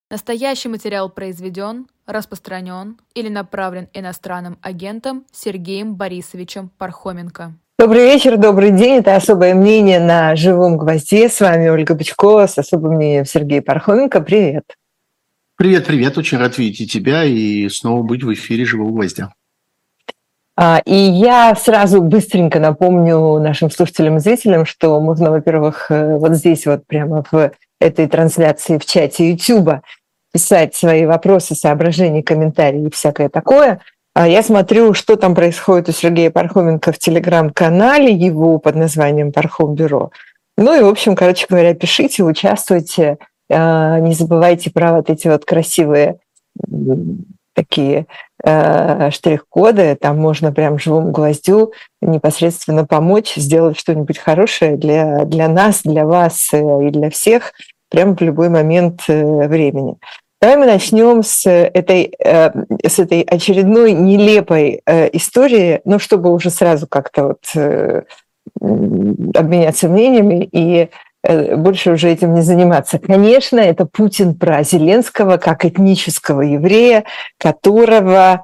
Настоящий материал произведен, распространен или направлен иностранным агентом Сергеем Борисовичем Пархоменко. Добрый вечер, добрый день. Это «Особое мнение» на «Живом гвозде». С вами Ольга Бычкова с особым мнением Сергея Пархоменко. Привет. Привет. Очень рад видеть и тебя, и снова быть в эфире «Живого гвоздя». И я сразу быстренько напомню нашим слушателям и зрителям, что можно, во-первых, вот здесь вот прямо в этой трансляции в чате YouTube писать свои вопросы, соображения, комментарии и всякое такое. Я смотрю, что там происходит у Сергея Пархоменко в телеграм-канале его под названием «Пархом-бюро». Ну и, в общем, короче говоря, пишите, участвуйте. Не забывайте про вот эти вот красивые такие штрих-коды. Там можно прям живому гвоздю непосредственно помочь сделать что-нибудь хорошее для нас, для вас и для всех прямо в любой момент времени. Давай мы начнем с этой очередной нелепой истории, ну, чтобы уже сразу как-то вот обменяться мнениями и больше уже этим не заниматься. Конечно, это Путин про Зеленского как этнического еврея, которого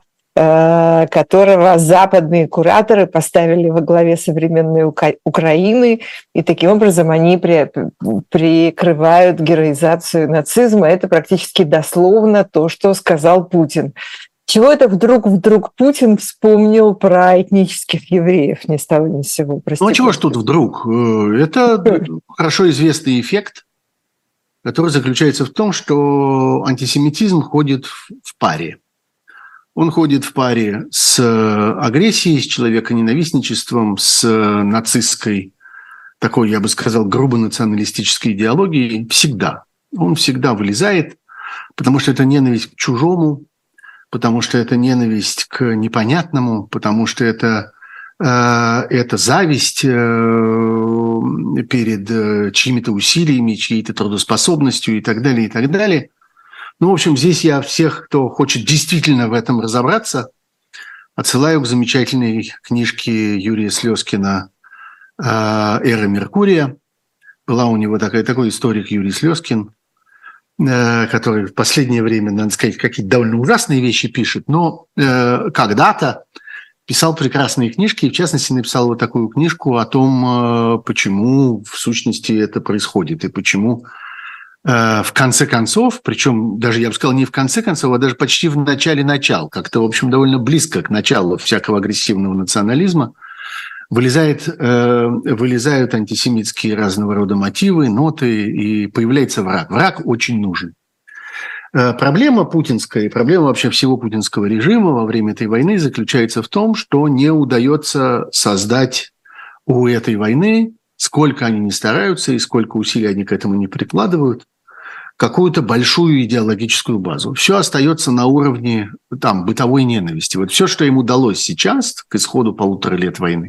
западные кураторы поставили во главе современной Украины, и таким образом они прикрывают героизацию нацизма. Это практически дословно то, что сказал Путин. Чего это вдруг Путин вспомнил про этнических евреев ни с того ни с сего? Ну, а чего ж тут вдруг? Это хорошо известный эффект, который заключается в том, что антисемитизм ходит в паре. Он ходит в паре с агрессией, с человеконенавистничеством, с нацистской, такой, я бы сказал, грубо националистической идеологией. Всегда. Он всегда вылезает, потому что это ненависть к чужому, потому что это ненависть к непонятному, потому что это зависть перед чьими-то усилиями, чьей-то трудоспособностью и так далее, и так далее. Ну, в общем, здесь я всех, кто хочет действительно в этом разобраться, отсылаю к замечательной книжке Юрия Слезкина «Эра Меркурия». Была у него такой историк Юрий Слезкин, который в последнее время, надо сказать, какие-то довольно ужасные вещи пишет, но когда-то писал прекрасные книжки, и в частности написал вот такую книжку о том, почему в сущности это происходит, и почему в конце концов, причем даже, я бы сказал, не в конце концов, а даже почти в начале начала, как-то, в общем, довольно близко к началу всякого агрессивного национализма, вылезают антисемитские разного рода мотивы, ноты, и появляется враг. Враг очень нужен. Проблема путинская и проблема вообще всего путинского режима во время этой войны заключается в том, что не удается создать у этой войны, сколько они ни стараются и сколько усилий они к этому не прикладывают, какую-то большую идеологическую базу. Все остается на уровне бытовой ненависти. Вот все, что им удалось сейчас, к исходу 1,5 лет войны,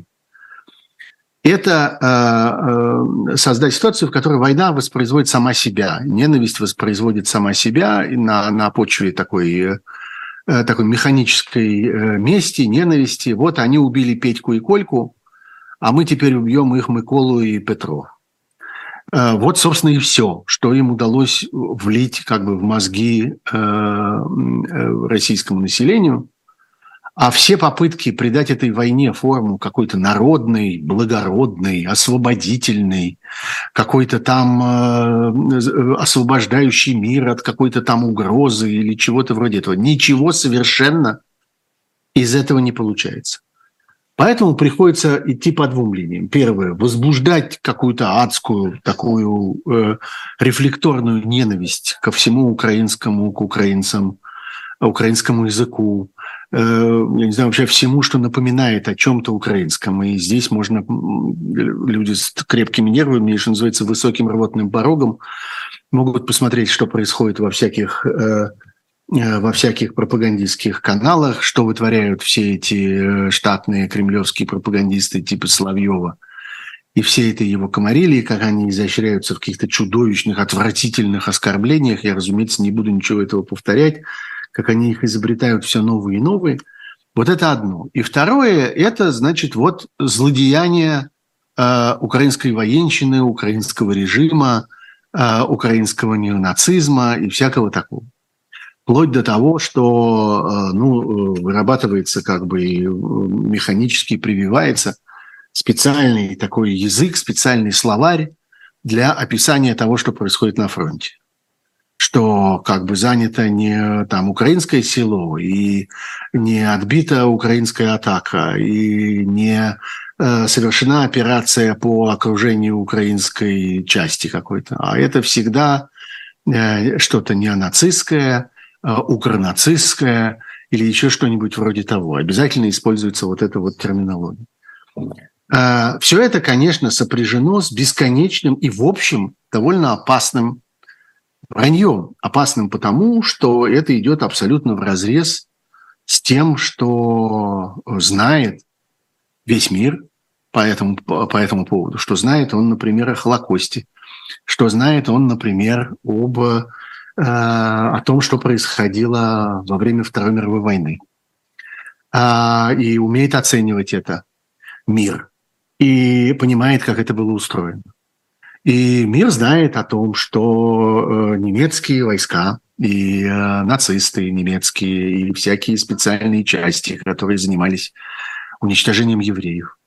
это создать ситуацию, в которой война воспроизводит сама себя, ненависть воспроизводит сама себя на почве такой механической мести, ненависти. Вот они убили Петьку и Кольку, а мы теперь убьем их Миколу и Петро. Вот, собственно, и все, что им удалось влить в мозги российскому населению. А все попытки придать этой войне форму какой-то народной, благородной, освободительной, какой-то там освобождающий мир от какой-то там угрозы или чего-то вроде этого, ничего совершенно из этого не получается. Поэтому приходится идти по двум линиям. Первое – возбуждать какую-то адскую, такую рефлекторную ненависть ко всему украинскому, к украинцам, украинскому языку, я не знаю, вообще всему, что напоминает о чем-то украинском. И здесь можно, люди с крепкими нервами, что называется, высоким рвотным порогом, могут посмотреть, что происходит во всяких пропагандистских каналах, что вытворяют все эти штатные кремлевские пропагандисты типа Соловьева и все это его комарилии, как они изощряются в каких-то чудовищных, отвратительных оскорблениях. Я, разумеется, не буду ничего этого повторять, как они их изобретают все новые и новые. Вот это одно. И второе – это, значит, вот злодеяние украинской военщины, украинского режима, украинского неонацизма и всякого такого. Вплоть до того, что вырабатывается механически прививается специальный такой язык, специальный словарь для описания того, что происходит на фронте. Что занято не там украинское село, и не отбита украинская атака, и не совершена операция по окружению украинской части какой-то, а это всегда что-то неонацистское, укронацистское или еще что-нибудь вроде того. Обязательно используется вот эта вот терминология. Все это, конечно, сопряжено с бесконечным и, в общем, довольно опасным враньем. Опасным потому, что это идет абсолютно вразрез с тем, что знает весь мир по этому поводу. Что знает он, например, о Холокосте. Что знает он, например, о том, что происходило во время Второй мировой войны. И умеет оценивать это мир. И понимает, как это было устроено. И мир знает о том, что немецкие войска и нацисты немецкие, и всякие специальные части, которые занимались уничтожением евреев,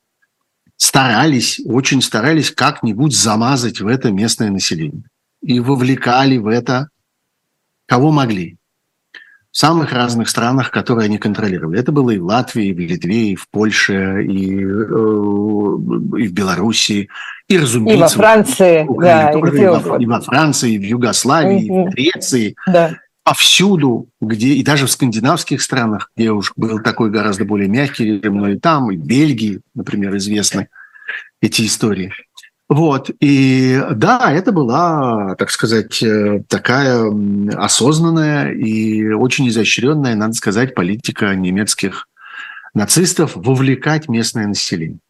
очень старались как-нибудь замазать в это местное население. И вовлекали в это кого могли. В самых разных странах, которые они контролировали. Это было и в Латвии, и в Литве, и в Польше, и в Белоруссии, и, разумеется... И во Франции, и во Франции, и в Югославии, и в Греции. Да. Повсюду, и даже в скандинавских странах, где уж был такой гораздо более мягкий режим, но и там, и в Бельгии, например, известны эти истории. Вот, и да, это была, так сказать, такая осознанная и очень изощренная, надо сказать, политика немецких нацистов вовлекать местное население.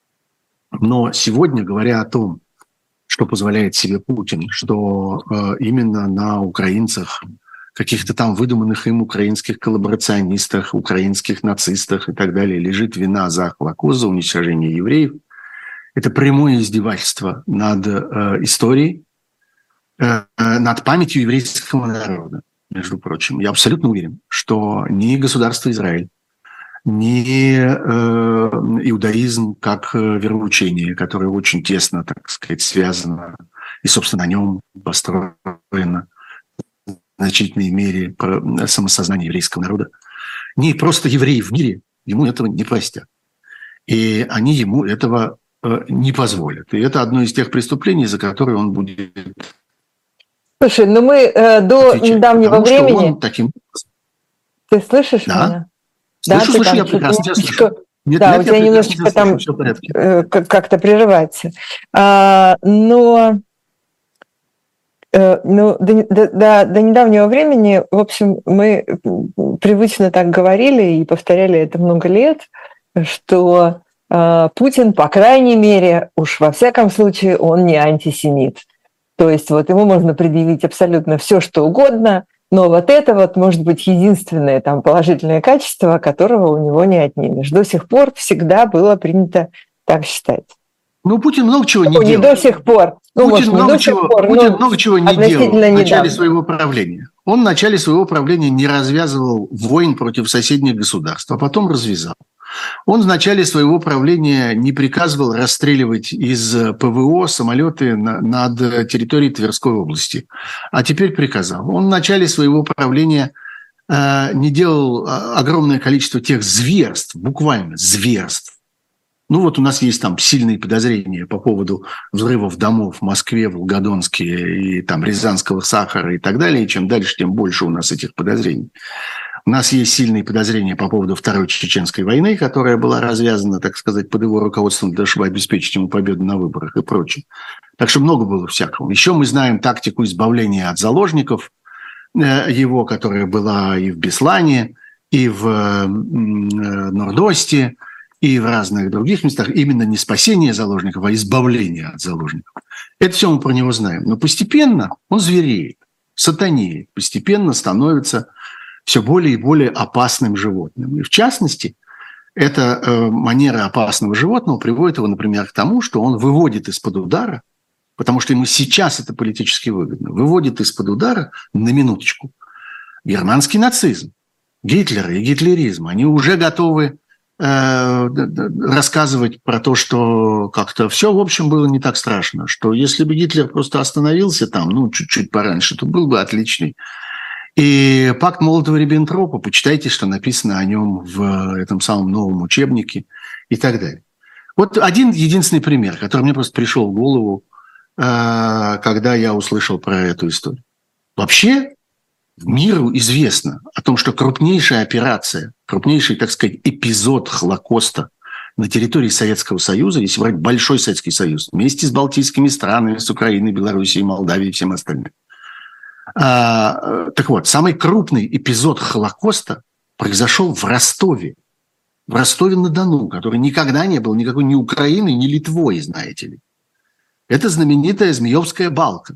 Но сегодня, говоря о том, что позволяет себе Путин, что именно на украинцах, каких-то там выдуманных им украинских коллаборационистах, украинских нацистах и так далее, лежит вина за Холокост, за уничтожение евреев, это прямое издевательство над историей, над памятью еврейского народа, между прочим. Я абсолютно уверен, что ни государство Израиль, ни иудаизм как вероучение, которое очень тесно, так сказать, связано и, собственно, на нем построено в значительной мере самосознание еврейского народа, не просто евреи в мире ему этого не простят. И они ему этого не позволят. И это одно из тех преступлений, за которые он будет... Слушай, ну мы до недавнего времени... Ты слышишь меня? Слышу, я прекрасно тебя слышу. Да, у тебя немножечко там как-то прерывается. Но до недавнего времени, в общем, мы привычно так говорили и повторяли это много лет, что Путин, по крайней мере, уж во всяком случае, он не антисемит. То есть вот ему можно предъявить абсолютно все, что угодно, но вот это вот может быть единственное там положительное качество, которого у него не отнимешь. До сих пор всегда было принято так считать. Ну, Путин много чего не делал. Не до сих пор. Путин много чего не делал в начале своего правления. Он в начале своего правления не развязывал войн против соседних государств, а потом развязал. Он в начале своего правления не приказывал расстреливать из ПВО самолеты над территорией Тверской области, а теперь приказал. Он в начале своего правления не делал огромное количество тех зверств, буквально зверств. Ну вот у нас есть там сильные подозрения по поводу взрывов домов в Москве, Волгодонске и там Рязанского сахара и так далее. И чем дальше, тем больше у нас этих подозрений. У нас есть сильные подозрения по поводу Второй Чеченской войны, которая была развязана, так сказать, под его руководством для того, чтобы обеспечить ему победу на выборах и прочее. Так что много было всякого. Еще мы знаем тактику избавления от заложников его, которая была и в Беслане, и в Нордосте, и в разных других местах. Именно не спасение заложников, а избавление от заложников. Это все мы про него знаем. Но постепенно он звереет, сатанеет, постепенно становится все более и более опасным животным. И в частности, эта манера опасного животного приводит его, например, к тому, что он выводит из-под удара потому что ему сейчас это политически выгодно, выводит из-под удара, на минуточку, германский нацизм, Гитлер и гитлеризм. Они уже готовы рассказывать про то, что как-то все, в общем, было не так страшно, что если бы Гитлер просто остановился там, чуть-чуть пораньше, то был бы отличный. И пакт Молотова-Риббентропа, почитайте, что написано о нем в этом самом новом учебнике и так далее. Вот один единственный пример, который мне просто пришел в голову, когда я услышал про эту историю. Вообще миру известно о том, что крупнейшая операция, крупнейший, так сказать, эпизод Холокоста на территории Советского Союза, если брать Большой Советский Союз, вместе с балтийскими странами, с Украиной, Белоруссией, Молдавией и всем остальным. Так вот, самый крупный эпизод Холокоста произошел в Ростове. В Ростове-на-Дону, который никогда не был никакой ни Украиной, ни Литвой, знаете ли. Это знаменитая Змеевская балка.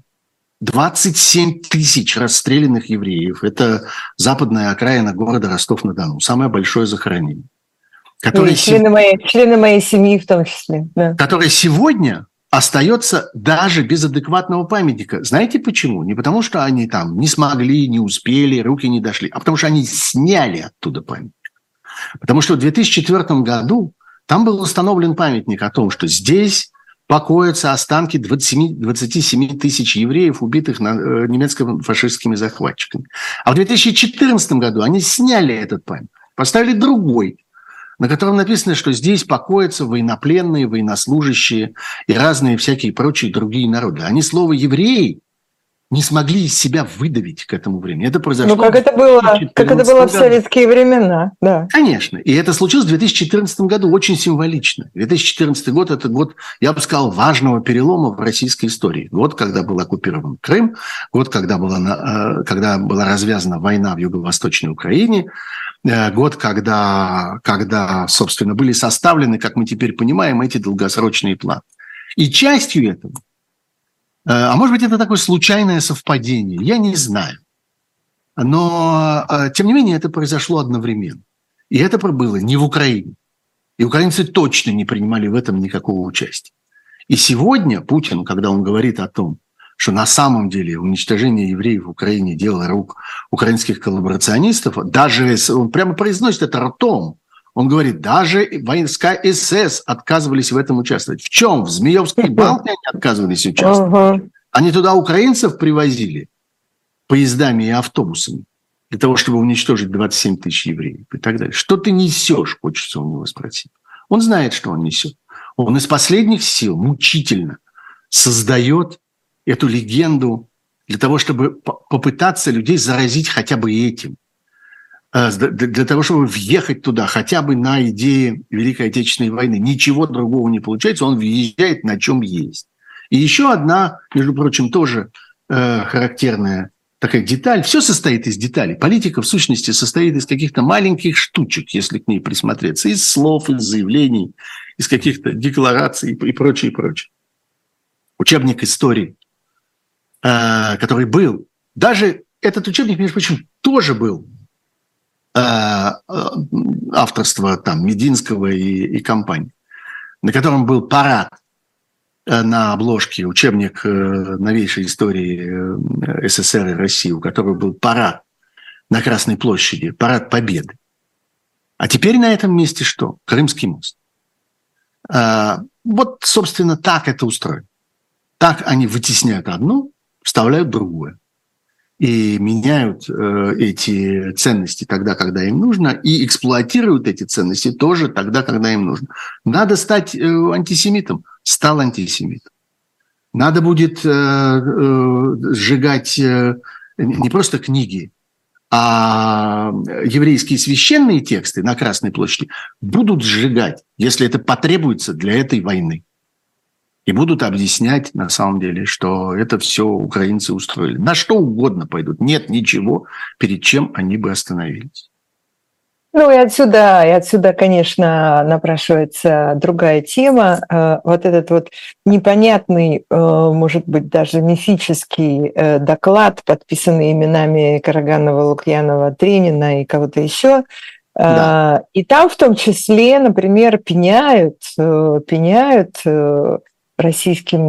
27 тысяч расстрелянных евреев. Это западная окраина города Ростов-на-Дону. Самое большое захоронение. Члены моей семьи в том числе. Да. Которое сегодня остается даже без адекватного памятника. Знаете почему? Не потому, что они там не смогли, не успели, руки не дошли, а потому что они сняли оттуда памятник. Потому что в 2004 году там был установлен памятник о том, что здесь покоятся останки 27 тысяч евреев, убитых немецко-фашистскими захватчиками. А в 2014 году они сняли этот памятник, поставили другой, на котором написано, что здесь покоятся военнопленные, военнослужащие и разные всякие прочие другие народы. Они слово «евреи» не смогли из себя выдавить к этому времени. Это произошло как это было в советские времена. Да. Конечно. И это случилось в 2014 году очень символично. 2014 год – это год, я бы сказал, важного перелома в российской истории. Год, когда был оккупирован Крым, год, когда была развязана война в Юго-Восточной Украине, год, когда, собственно, были составлены, как мы теперь понимаем, эти долгосрочные планы. И частью этого, а может быть, это такое случайное совпадение, я не знаю. Но, тем не менее, это произошло одновременно. И это было не в Украине. И украинцы точно не принимали в этом никакого участия. И сегодня Путин, когда он говорит о том, что на самом деле уничтожение евреев в Украине – дело рук украинских коллаборационистов, даже он прямо произносит это ртом. Он говорит, даже войска СС отказывались в этом участвовать. В чем? В Змеевской балке они отказывались участвовать. Они туда украинцев привозили поездами и автобусами для того, чтобы уничтожить 27 тысяч евреев и так далее. Что ты несешь, хочется у него спросить. Он знает, что он несет. Он из последних сил мучительно создает эту легенду для того, чтобы попытаться людей заразить хотя бы этим. Для того, чтобы въехать туда хотя бы на идее Великой Отечественной войны. Ничего другого не получается, он въезжает на чем есть. И еще одна, между прочим, тоже характерная такая деталь. Все состоит из деталей. Политика, в сущности, состоит из каких-то маленьких штучек, если к ней присмотреться. Из слов, из заявлений, из каких-то деклараций и прочее, прочее. Учебник истории, который был. Даже этот учебник, между прочим, тоже был авторства там Мединского и компании, на котором был парад на обложке, учебник новейшей истории СССР и России, у которого был парад на Красной площади, парад Победы. А теперь на этом месте что? Крымский мост. Вот, собственно, так это устроено. Так они вытесняют одно, вставляют другое. И меняют эти ценности тогда, когда им нужно, и эксплуатируют эти ценности тоже тогда, когда им нужно. Надо стать антисемитом. Стал антисемитом. Надо будет сжигать не просто книги, а еврейские священные тексты на Красной площади будут сжигать, если это потребуется для этой войны. И будут объяснять, на самом деле, что это все украинцы устроили. На что угодно пойдут. Нет ничего, перед чем они бы остановились. Ну и отсюда, конечно, напрашивается другая тема. Вот этот вот непонятный, может быть, даже мифический доклад, подписанный именами Караганова, Лукьянова, Тренина и кого-то еще. Да. И там в том числе, например, пеняют российским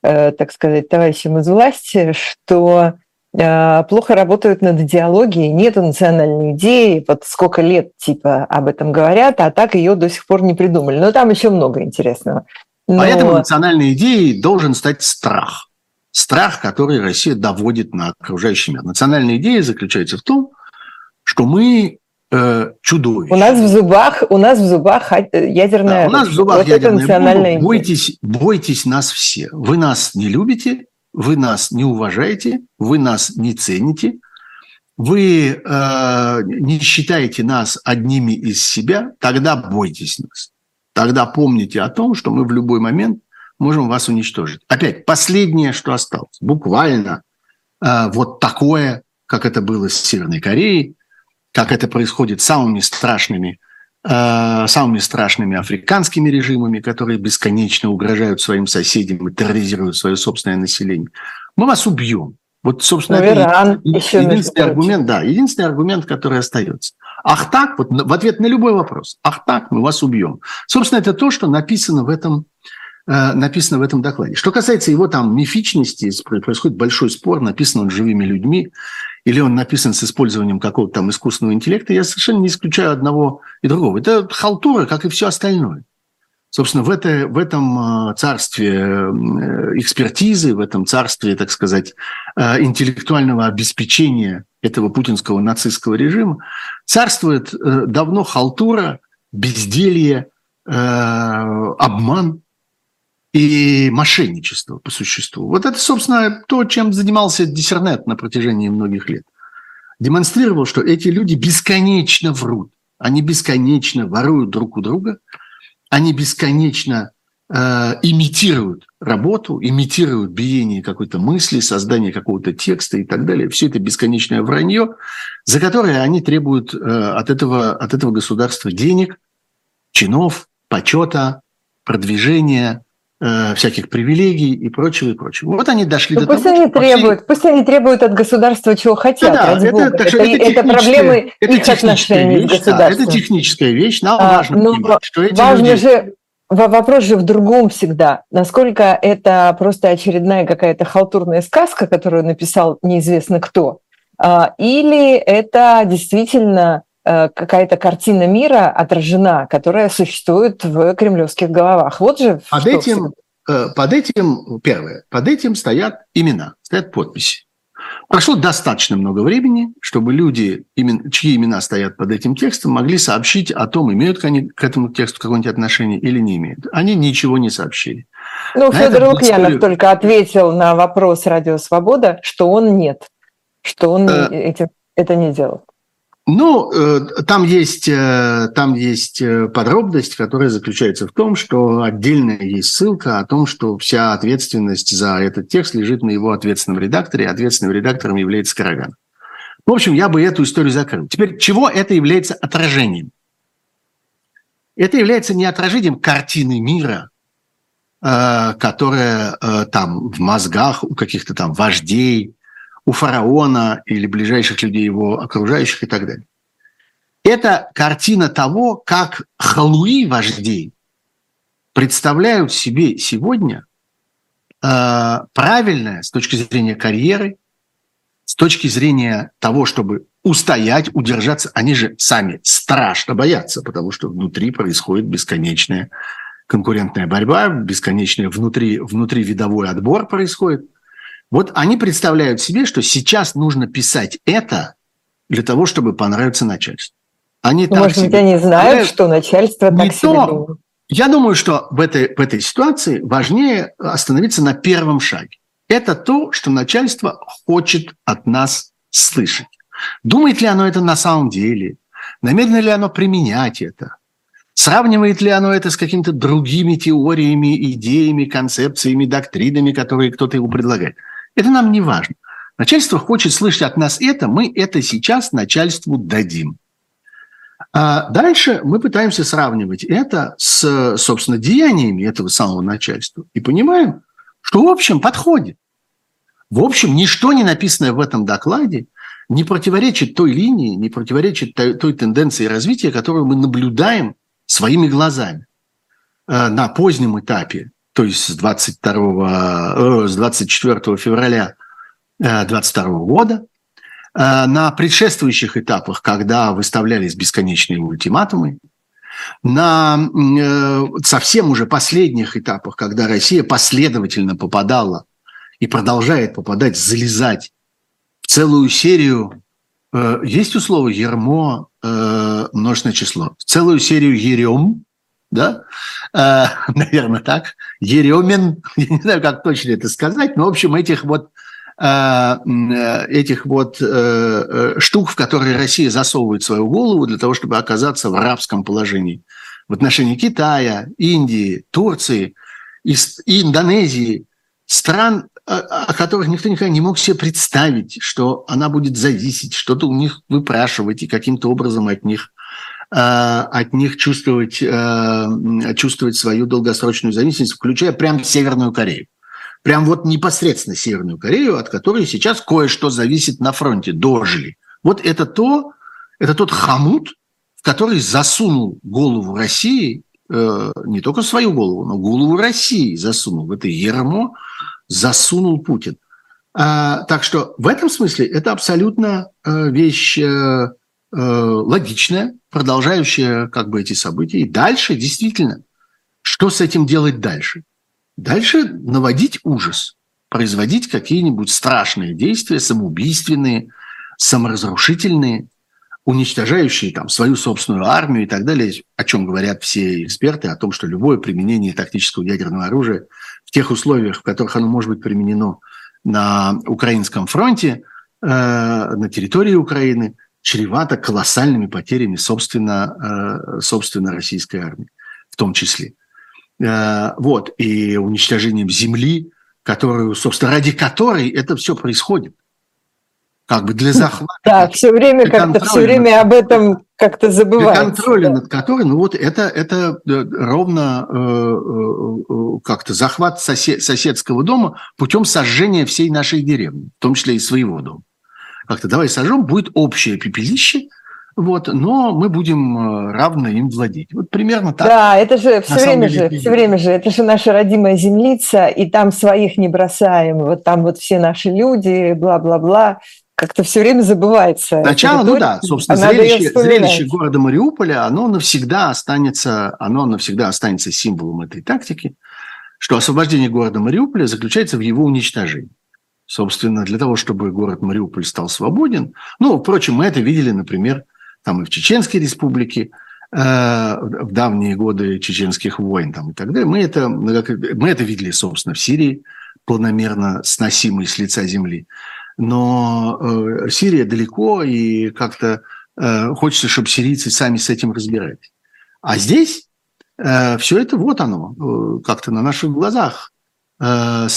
так сказать, товарищам из власти, что плохо работают над идеологией, нету национальной идеи, вот сколько лет типа об этом говорят, а так ее до сих пор не придумали. Но там еще много интересного. Поэтому национальной идеей должен стать страх. Страх, который Россия доводит на окружающий мир. Национальная идея заключается в том, что мы чудовища. У нас в зубах ядерное оружие. У нас в зубах вот ядерное оружие. Бойтесь нас все. Вы нас не любите, вы нас не уважаете, вы нас не цените, вы не считаете нас одними из себя, тогда бойтесь нас. Тогда помните о том, что мы в любой момент можем вас уничтожить. Опять, последнее, что осталось. Буквально вот такое, как это было с Северной Кореей, как это происходит с самыми страшными африканскими режимами, которые бесконечно угрожают своим соседям и терроризируют свое собственное население. Мы вас убьем. Вот, собственно, это единственный аргумент, который остается. Ах так, вот в ответ на любой вопрос, ах так, мы вас убьем. Собственно, это то, что написано в этом докладе. Что касается его там мифичности, происходит большой спор, написан он живыми людьми, или он написан с использованием какого-то там искусственного интеллекта, я совершенно не исключаю одного и другого. Это халтура, как и все остальное. Собственно, в этом царстве экспертизы, в этом царстве, так сказать, интеллектуального обеспечения этого путинского нацистского режима царствует давно халтура, безделье, обман и мошенничество по существу. Вот это, собственно, то, чем занимался Диссернет на протяжении многих лет. Демонстрировал, что эти люди бесконечно врут, они бесконечно воруют друг у друга, они бесконечно имитируют работу, имитируют биение какой-то мысли, создание какого-то текста и так далее. Все это бесконечное вранье, за которое они требуют от этого государства денег, чинов, почета, продвижения, всяких привилегий и прочего, и прочего. Вот они дошли до того, пусть они требуют от государства, чего хотят. Это проблемы их отношений с государством. Это техническая вещь, нам важно понимать, что эти люди... Вопрос же в другом всегда. Насколько это просто очередная какая-то халтурная сказка, которую написал неизвестно кто, или это действительно какая-то картина мира отражена, которая существует в кремлевских головах. Вот же под этим стоят имена, стоят подписи. Прошло достаточно много времени, чтобы люди, чьи имена стоят под этим текстом, могли сообщить о том, имеют они к этому тексту какое-нибудь отношение или не имеют. Они ничего не сообщили. Федор Лукьянов только ответил на вопрос «Радио Свобода», что он нет, что он это не делал. Там есть подробность, которая заключается в том, что отдельная есть ссылка о том, что вся ответственность за этот текст лежит на его ответственном редакторе, ответственным редактором является Караганов. В общем, я бы эту историю закрыл. Теперь, чего это является отражением? Это является не отражением картины мира, которая там в мозгах у каких-то там вождей, у фараона или ближайших людей его окружающих и так далее. Это картина того, как халуи вождей представляют себе сегодня правильное с точки зрения карьеры, с точки зрения того, чтобы устоять, удержаться. Они же сами страшно боятся, потому что внутри происходит бесконечная конкурентная борьба, бесконечный внутривидовой отбор происходит. Вот они представляют себе, что сейчас нужно писать это для того, чтобы понравиться начальству. Может быть, они знают, что начальство так себе думает. Я думаю, что в этой ситуации важнее остановиться на первом шаге. Это то, что начальство хочет от нас слышать. Думает ли оно это на самом деле? Намерено ли оно применять это? Сравнивает ли оно это с какими-то другими теориями, идеями, концепциями, доктринами, которые кто-то ему предлагает? Это нам не важно. Начальство хочет слышать от нас это, мы это сейчас начальству дадим. А дальше мы пытаемся сравнивать это с, собственно, деяниями этого самого начальства и понимаем, что, в общем, подходит. В общем, ничто не написанное в этом докладе не противоречит той линии, не противоречит той тенденции развития, которую мы наблюдаем своими глазами на позднем этапе то есть с 24 февраля 2022 года, на предшествующих этапах, когда выставлялись бесконечные ультиматумы, на совсем уже последних этапах, когда Россия последовательно попадала и продолжает попадать, залезать в целую серию, есть у слова «ермо» множественное число, в целую серию «ерем», да, наверное, так, «еремен», я не знаю, как точно это сказать, но, в общем, этих штук, в которые Россия засовывает свою голову для того, чтобы оказаться в рабском положении в отношении Китая, Индии, Турции и Индонезии, стран, о которых никто никогда не мог себе представить, что она будет зависеть, что-то у них выпрашивать и каким-то образом от них чувствовать свою долгосрочную зависимость, включая прям Северную Корею. Прям вот непосредственно Северную Корею, от которой сейчас кое-что зависит на фронте, дожили. Вот это тот хомут, в который засунул голову России, не только свою голову, но голову России засунул, в это ермо засунул Путин. Так что в этом смысле это абсолютно вещь логичная, продолжающая как бы эти события. И дальше действительно, что с этим делать дальше? Дальше наводить ужас, производить какие-нибудь страшные действия, самоубийственные, саморазрушительные, уничтожающие там свою собственную армию и так далее, о чем говорят все эксперты, о том, что любое применение тактического ядерного оружия в тех условиях, в которых оно может быть применено на украинском фронте, на территории Украины, чревато колоссальными потерями, собственно, российской армии в том числе. Вот, и уничтожением земли, которую, собственно, ради которой это все происходит. Как бы для захвата. Да, все время об этом как-то забывается. Для контроля над которой, ну вот это ровно как-то захват соседского дома путем сожжения всей нашей деревни, в том числе и своего дома. Как-то давай сожжем, будет общее пепелище, вот, но мы будем равно им владеть. Вот примерно так. Да, это же все время же, это же наша родимая землица, и там своих не бросаем, вот там вот все наши люди, бла-бла-бла. Как-то все время забывается. Сначала, ну да, собственно, зрелище города Мариуполя, оно навсегда останется символом этой тактики, что освобождение города Мариуполя заключается в его уничтожении. Собственно, для того, чтобы город Мариуполь стал свободен. Ну, впрочем, мы это видели, например, там и в Чеченской республике, в давние годы чеченских войн там, и так далее. Мы это видели, собственно, в Сирии, планомерно сносимой с лица земли. Но Сирия далеко, и как-то хочется, чтобы сирийцы сами с этим разбирались. А здесь все это вот оно, как-то на наших глазах, на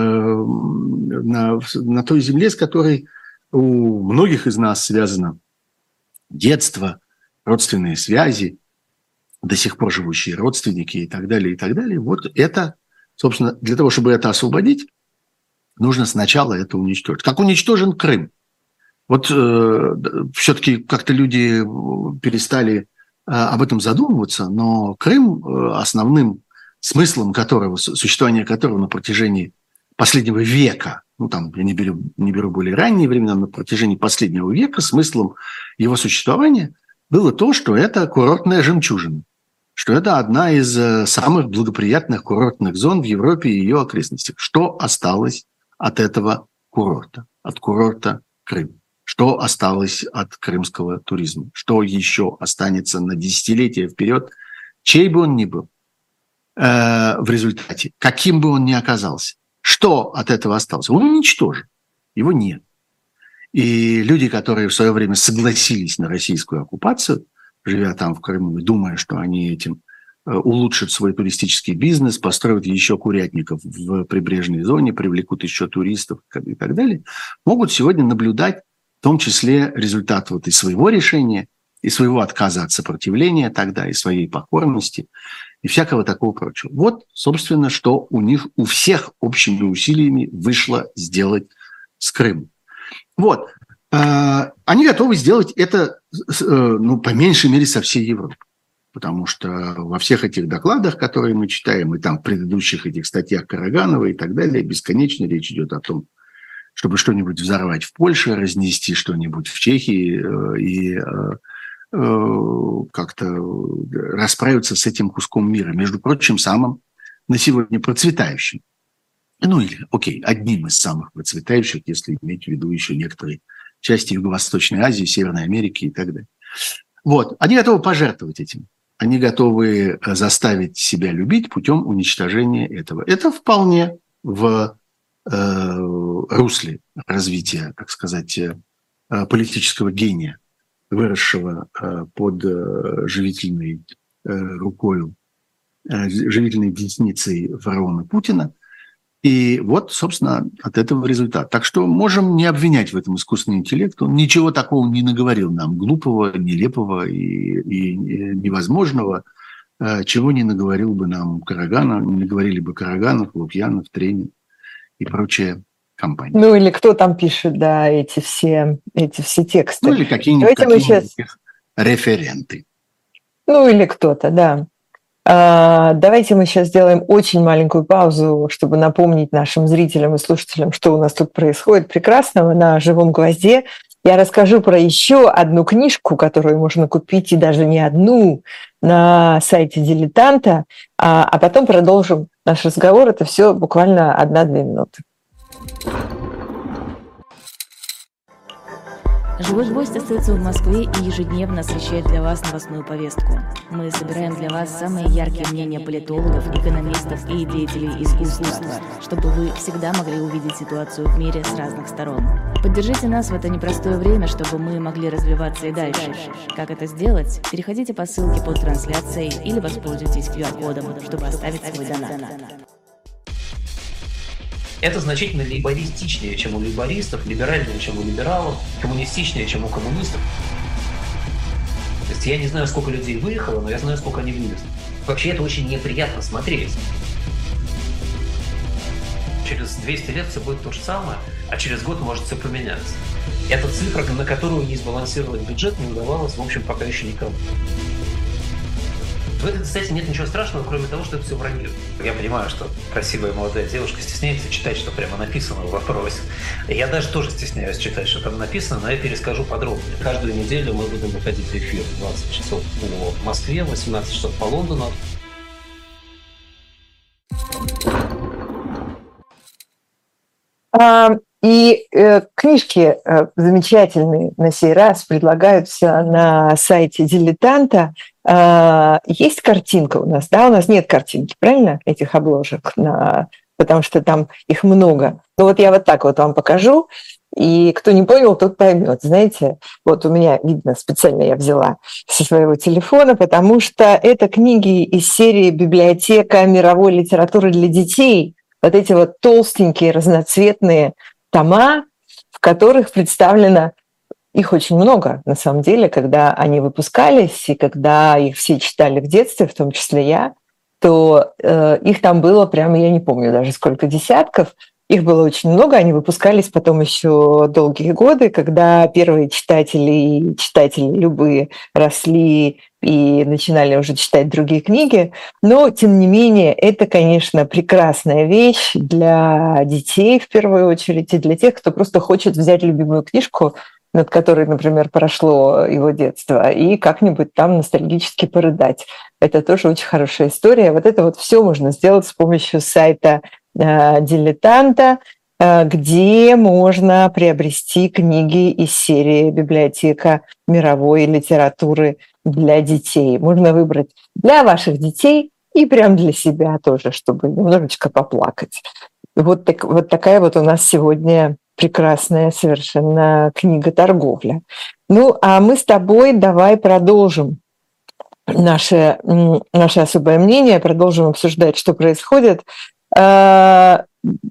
той земле, с которой у многих из нас связано детство, родственные связи, до сих пор живущие родственники и так далее, и так далее. Вот это, собственно, для того, чтобы это освободить, нужно сначала это уничтожить. Как уничтожен Крым. Вот все-таки как-то люди перестали об этом задумываться, но Крым, основным смыслом существования которого на протяжении последнего века, ну там я не беру более ранние времена, на протяжении последнего века смыслом его существования было то, что это курортная жемчужина, что это одна из самых благоприятных курортных зон в Европе и ее окрестностях. Что осталось от этого курорта, от курорта Крым? Что осталось от крымского туризма? Что еще останется на десятилетия вперед, чей бы он ни был в результате, каким бы он ни оказался? Что от этого осталось? Он уничтожен, его нет. И люди, которые в свое время согласились на российскую оккупацию, живя там в Крыму и думая, что они этим улучшат свой туристический бизнес, построят еще курятников в прибрежной зоне, привлекут еще туристов и так далее, могут сегодня наблюдать в том числе результат вот и своего решения, и своего отказа от сопротивления тогда, и своей покорности, и всякого такого прочего. Вот, собственно, что у них, у всех общими усилиями вышло сделать с Крымом. Вот. Они готовы сделать это, ну, по меньшей мере, со всей Европы. потому что во всех этих докладах, которые мы читаем, и там в предыдущих этих статьях Караганова и так далее, бесконечно речь идет о том, чтобы что-нибудь взорвать в Польше, разнести что-нибудь в Чехии и как-то расправиться с этим куском мира. Между прочим, самым на сегодня процветающим. Ну или, одним из самых процветающих, если иметь в виду еще некоторые части Юго-Восточной Азии, Северной Америки и так далее. Вот. Они готовы пожертвовать этим. Они готовы заставить себя любить путем уничтожения этого. Это вполне в русле развития, так сказать, политического гения, выросшего под живительной рукою, живительной десницей фараона Путина. И вот, собственно, от этого результат. Так что можем не обвинять в этом искусственный интеллект. Он ничего такого не наговорил нам, глупого, нелепого и невозможного, чего не наговорил бы нам Караганов, не наговорили бы Караганов, Лукьянов, Тренин и прочая компания. Ну или кто там пишет, да, эти все тексты. Ну или какие-нибудь референты. Ну или кто-то, да. Давайте мы сейчас сделаем очень маленькую паузу, чтобы напомнить нашим зрителям и слушателям, что у нас тут происходит прекрасного на «Живом гвозде». Я расскажу про еще одну книжку, которую можно купить, и даже не одну, на сайте «Дилетанта», а потом продолжим наш разговор. Это все буквально 1-2 минуты. «Живой гвоздь» остается в Москве и ежедневно освещает для вас новостную повестку. Мы собираем для вас самые яркие мнения политологов, экономистов и деятелей искусства, чтобы вы всегда могли увидеть ситуацию в мире с разных сторон. Поддержите нас в это непростое время, чтобы мы могли развиваться и дальше. Как это сделать? Переходите по ссылке под трансляцией или воспользуйтесь QR-кодом, чтобы оставить свой донат. Это значительно лейбористичнее, чем у лейбористов, либеральнее, чем у либералов, коммунистичнее, чем у коммунистов. То есть я не знаю, сколько людей выехало, но я знаю, сколько они вывезли. Вообще это очень неприятно смотреть. Через 200 лет все будет то же самое, а через год может все поменяться. Это цифра, на которую не сбалансировать бюджет не удавалось, в общем, пока еще никому. В этой статье нет ничего страшного, кроме того, что это все вранье. Я понимаю, что красивая молодая девушка стесняется читать, что прямо написано в вопросе. Я даже тоже стесняюсь читать, что там написано, но я перескажу подробнее. Каждую неделю мы будем выходить в эфир 20 часов по Москве, 18 часов по Лондону. И книжки замечательные на сей раз предлагаются на сайте «Дилетанта». Есть картинка у нас, да? У нас нет картинки, правильно, этих обложек, потому что там их много. Ну вот я вот так вот вам покажу, и кто не понял, тот поймет. Знаете, вот у меня видно, специально я взяла со своего телефона, потому что это книги из серии «Библиотека мировой литературы для детей». Вот эти вот толстенькие, разноцветные тома, в которых представлено, их очень много, на самом деле, когда они выпускались, и когда их все читали в детстве, в том числе я, то их там было прямо, я не помню даже сколько десятков, их было очень много, они выпускались потом еще долгие годы, когда первые читатели и читатели любые росли и начинали уже читать другие книги. Но, тем не менее, это, конечно, прекрасная вещь для детей в первую очередь и для тех, кто просто хочет взять любимую книжку, над которой, например, прошло его детство, и как-нибудь там ностальгически порыдать. Это тоже очень хорошая история. Вот это вот все можно сделать с помощью сайта «Дилетанта», где можно приобрести книги из серии «Библиотека мировой литературы для детей». Можно выбрать для ваших детей и прям для себя тоже, чтобы немножечко поплакать. Вот такая вот у нас сегодня прекрасная совершенно книга-торговля. Ну, а мы с тобой давай продолжим наше особое мнение, продолжим обсуждать, что происходит. Уже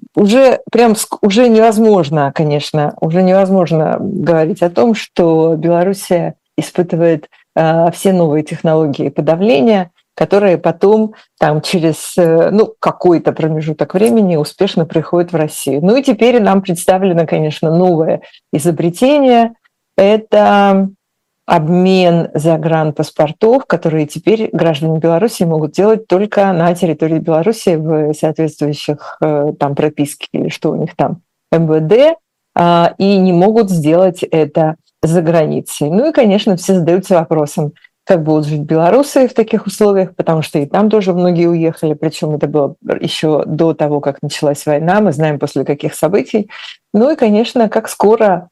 невозможно, конечно, уже невозможно говорить о том, что Белоруссия испытывает все новые технологии подавления, которые потом там, через какой-то промежуток времени успешно приходят в Россию. Ну и теперь нам представлено, конечно, новое изобретение. Это обмен загранпаспортов, которые теперь граждане Беларуси могут делать только на территории Беларуси в соответствующих там прописке или что у них там МВД, и не могут сделать это за границей. Ну и, конечно, все задаются вопросом, как будут жить белорусы в таких условиях, потому что и там тоже многие уехали, причем это было еще до того, как началась война, мы знаем, после каких событий. Ну и, конечно, как скоро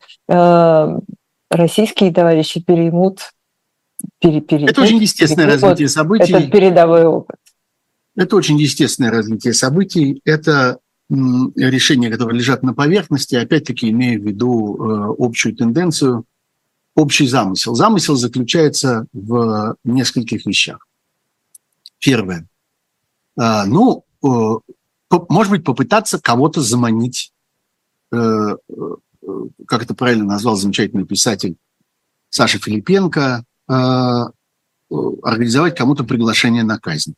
российские товарищи переймут. Это очень естественное развитие событий. Этот передовой опыт. Это очень естественное развитие событий. Это решения, которые лежат на поверхности, опять-таки имея в виду общую тенденцию, общий замысел. Замысел заключается в нескольких вещах. Первое. Может быть, попытаться кого-то заманить, как это правильно назвал замечательный писатель Саша Филипенко, организовать кому-то приглашение на казнь.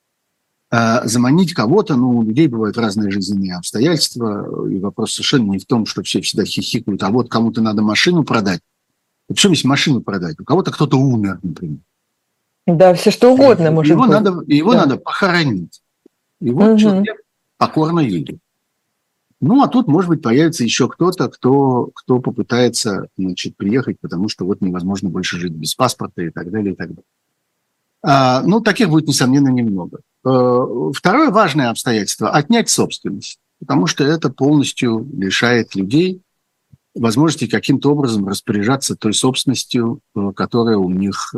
Заманить кого-то, у людей бывают разные жизненные обстоятельства, и вопрос совершенно не в том, что все всегда хихикают, а вот кому-то надо машину продать. Причем если машину продать? У кого-то кто-то умер, например. Да, все что угодно может быть. Его надо похоронить. И вот человек покорно едет. А тут, может быть, появится еще кто-то, кто попытается, приехать, потому что вот невозможно больше жить без паспорта и так далее, и так далее. Таких будет, несомненно, немного. Второе важное обстоятельство – отнять собственность, потому что это полностью лишает людей возможности каким-то образом распоряжаться той собственностью, которая у них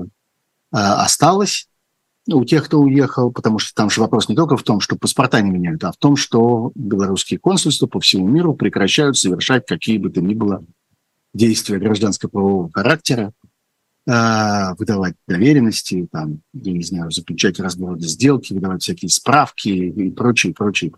осталась, у тех, кто уехал, потому что там же вопрос не только в том, что паспорта не меняют, а в том, что белорусские консульства по всему миру прекращают совершать какие бы то ни было действия гражданско-правового характера, выдавать доверенности, заключать разного рода сделки, выдавать всякие справки и прочее.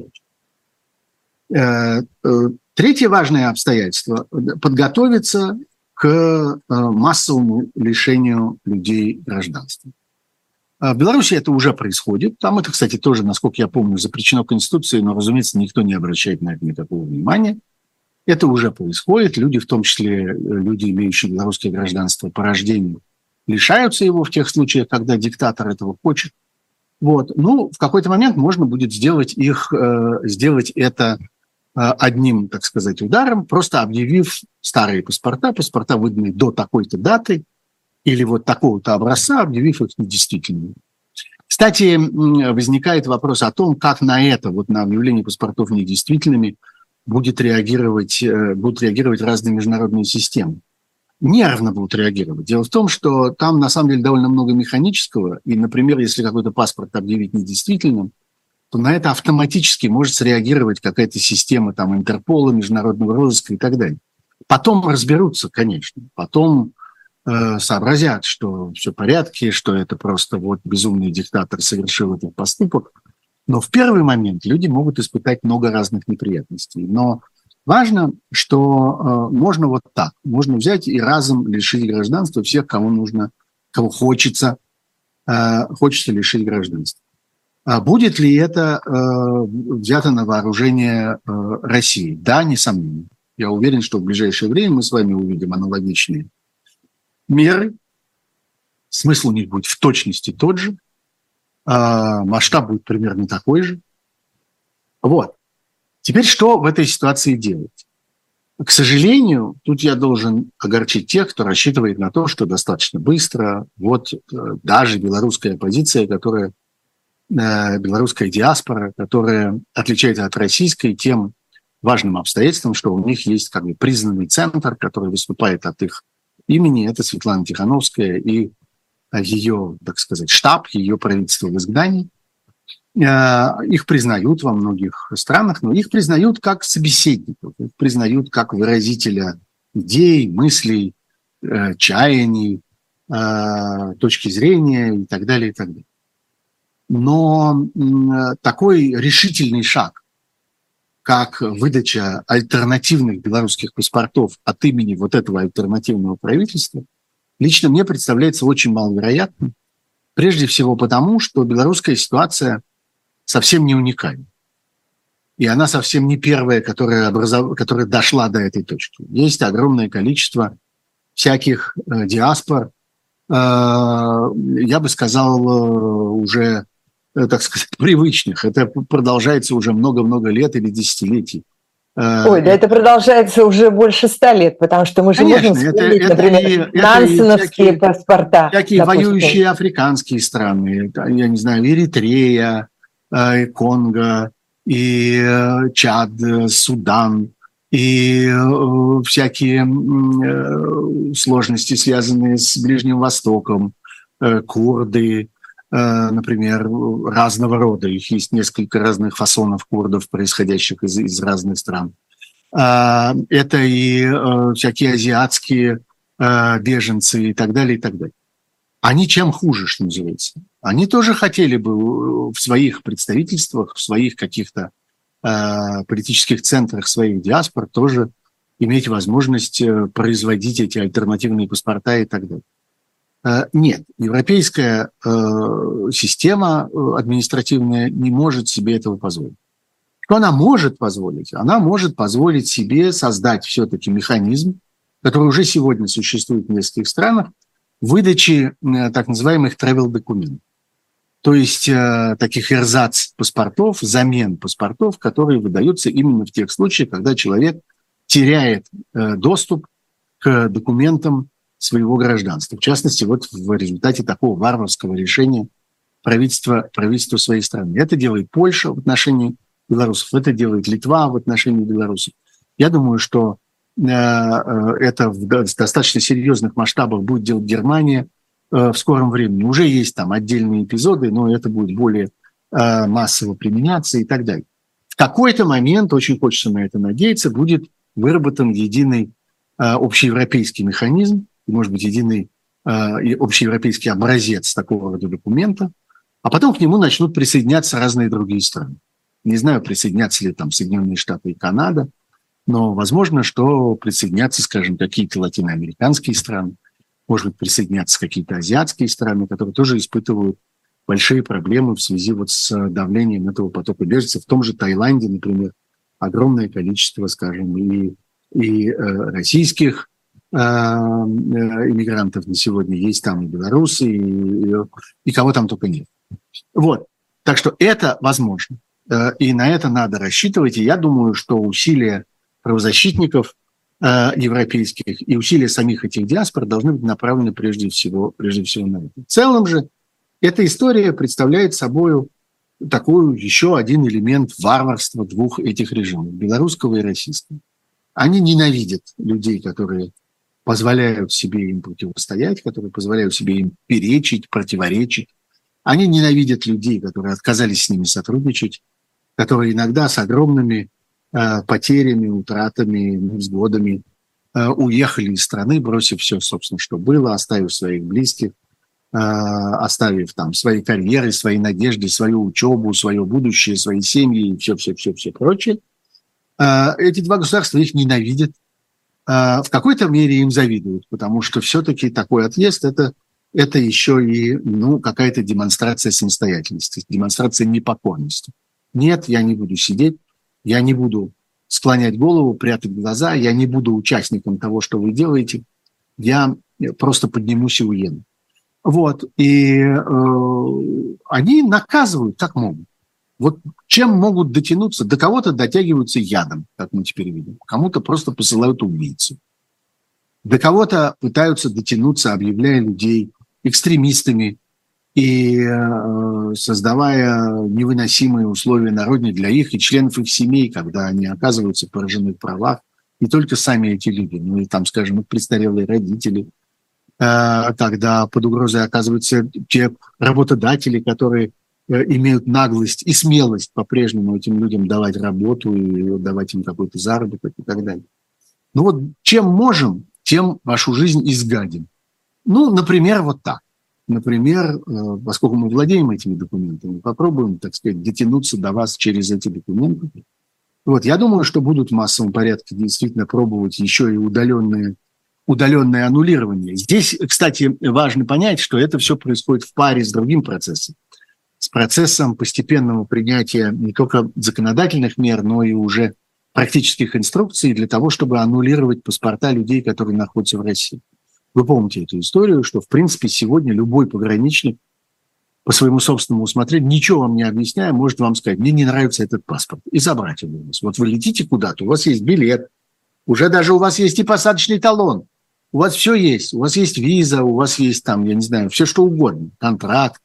Третье важное обстоятельство – подготовиться к массовому лишению людей гражданства. В Беларуси это уже происходит. Там это, кстати, тоже, насколько я помню, запрещено Конституцией, но, разумеется, никто не обращает на это никакого внимания. Это уже происходит. Люди, в том числе люди, имеющие белорусское гражданство по рождению, лишаются его в тех случаях, когда диктатор этого хочет. В какой-то момент можно будет сделать это одним, так сказать, ударом, просто объявив старые паспорта, выданные до такой-то даты или вот такого-то образца, объявив их недействительными. Кстати, возникает вопрос о том, как на это, на объявление паспортов недействительными, будут реагировать разные международные системы. Нервно будут реагировать. Дело в том, что там на самом деле довольно много механического, и, например, если какой-то паспорт объявить недействительным, то на это автоматически может среагировать какая-то система Интерпола, международного розыска и так далее. Потом разберутся, конечно. Потом сообразят, что все в порядке, что это просто безумный диктатор совершил этот поступок. Но в первый момент люди могут испытать много разных неприятностей. Но важно, что можно вот так. Можно взять и разом лишить гражданства всех, кого хочется лишить гражданства. Будет ли это взято на вооружение России? Да, несомненно. Я уверен, что в ближайшее время мы с вами увидим аналогичные меры. Смысл у них будет в точности тот же. Масштаб будет примерно такой же. Теперь что в этой ситуации делать? К сожалению, тут я должен огорчить тех, кто рассчитывает на то, что достаточно быстро даже белорусская оппозиция, белорусская диаспора, которая отличается от российской тем важным обстоятельством, что у них есть признанный центр, который выступает от их имени. Это Светлана Тихановская и ее, так сказать, штаб, ее правительство в изгнании. Их признают во многих странах, но их признают как собеседников, их признают как выразителя идей, мыслей, чаяний, точки зрения и так далее, и так далее. Но такой решительный шаг, как выдача альтернативных белорусских паспортов от имени этого альтернативного правительства, лично мне представляется очень маловероятным. Прежде всего потому, что белорусская ситуация совсем не уникальна. И она совсем не первая, которая дошла до этой точки. Есть огромное количество всяких диаспор, я бы сказал, уже, так сказать, привычных. Это продолжается уже много-много лет или десятилетий. Ой, да это продолжается уже больше 100 лет, потому что мы же можем вспомнить, например, нансеновские паспорта. Всякие воюющие африканские страны, я не знаю, Эритрея, и Конго, и Чад, Судан, и всякие сложности, связанные с Ближним Востоком, курды, например, разного рода. Их есть несколько разных фасонов курдов, происходящих из разных стран. Это и всякие азиатские беженцы и так далее, и так далее. Они чем хуже, что называется? Они тоже хотели бы в своих представительствах, в своих каких-то политических центрах своих диаспор тоже иметь возможность производить эти альтернативные паспорта и так далее. Нет, европейская система административная не может себе этого позволить. Что она может позволить? Она может позволить себе создать все-таки механизм, который уже сегодня существует в нескольких странах, выдачи так называемых travel-документов. То есть таких эрзац-паспортов, замен паспортов, которые выдаются именно в тех случаях, когда человек теряет доступ к документам своего гражданства. В частности, вот в результате такого варварского решения правительства своей страны. Это делает Польша в отношении белорусов, это делает Литва в отношении белорусов. Я думаю, что это в достаточно серьезных масштабах будет делать Германия в скором времени. Уже есть там отдельные эпизоды, но это будет более массово применяться и так далее. В какой-то момент, очень хочется на это надеяться, будет выработан единый общеевропейский механизм, может быть, единый общеевропейский образец такого рода документа, а потом к нему начнут присоединяться разные другие страны. Не знаю, присоединятся ли там Соединенные Штаты и Канада, но возможно, что присоединятся, скажем, какие-то латиноамериканские страны, может быть, присоединятся какие-то азиатские страны, которые тоже испытывают большие проблемы в связи вот с давлением этого потока беженцев. В том же Таиланде, например, огромное количество, скажем, и российских иммигрантов на сегодня есть, там и белорусы, и кого там только нет. Вот. Так что это возможно. И на это надо рассчитывать. И я думаю, что усилия правозащитников европейских и усилия самих этих диаспор должны быть направлены прежде всего на это. В целом же эта история представляет собой такой еще один элемент варварства двух этих режимов, белорусского и российского. Они ненавидят людей, которые позволяют себе им противостоять, которые позволяют себе им перечить, противоречить. Они ненавидят людей, которые отказались с ними сотрудничать, которые иногда с огромными потерями, утратами, невзгодами уехали из страны, бросив все, собственно, что было, оставив своих близких, оставив там свои карьеры, свои надежды, свою учебу, свое будущее, свои семьи и все прочее. Эти два государства их ненавидят. В какой-то мере им завидуют, потому что все-таки такой отъезд – это еще и какая-то демонстрация самостоятельности, демонстрация непокорности. Нет, я не буду сидеть, я не буду склонять голову, прятать глаза, я не буду участником того, что вы делаете, я просто поднимусь и уеду. Вот, и они наказывают, как могут. Вот чем могут дотянуться? До кого-то дотягиваются ядом, как мы теперь видим. Кому-то просто посылают убийцу. До кого-то пытаются дотянуться, объявляя людей экстремистами и создавая невыносимые условия на родине для их и членов их семей, когда они оказываются поражены в правах. Не только сами эти люди, но и там, скажем, их престарелые родители, когда под угрозой оказываются те работодатели, которые имеют наглость и смелость по-прежнему этим людям давать работу и давать им какой-то заработок и так далее. Ну вот чем можем, тем вашу жизнь изгадим. Например, вот так. Например, поскольку мы владеем этими документами, попробуем, так сказать, дотянуться до вас через эти документы. Вот, я думаю, что будут в массовом порядке действительно пробовать еще и удаленное аннулирование. Здесь, кстати, важно понять, что это все происходит в паре с другим процессом. С процессом постепенного принятия не только законодательных мер, но и уже практических инструкций для того, чтобы аннулировать паспорта людей, которые находятся в России. Вы помните эту историю, что, в принципе, сегодня любой пограничник по своему собственному усмотрению, ничего вам не объясняя, может вам сказать: мне не нравится этот паспорт, и забрать его у вас. Вот вы летите куда-то, у вас есть билет, уже даже у вас есть и посадочный талон, у вас все есть, у вас есть виза, у вас есть там, я не знаю, все что угодно, контракт,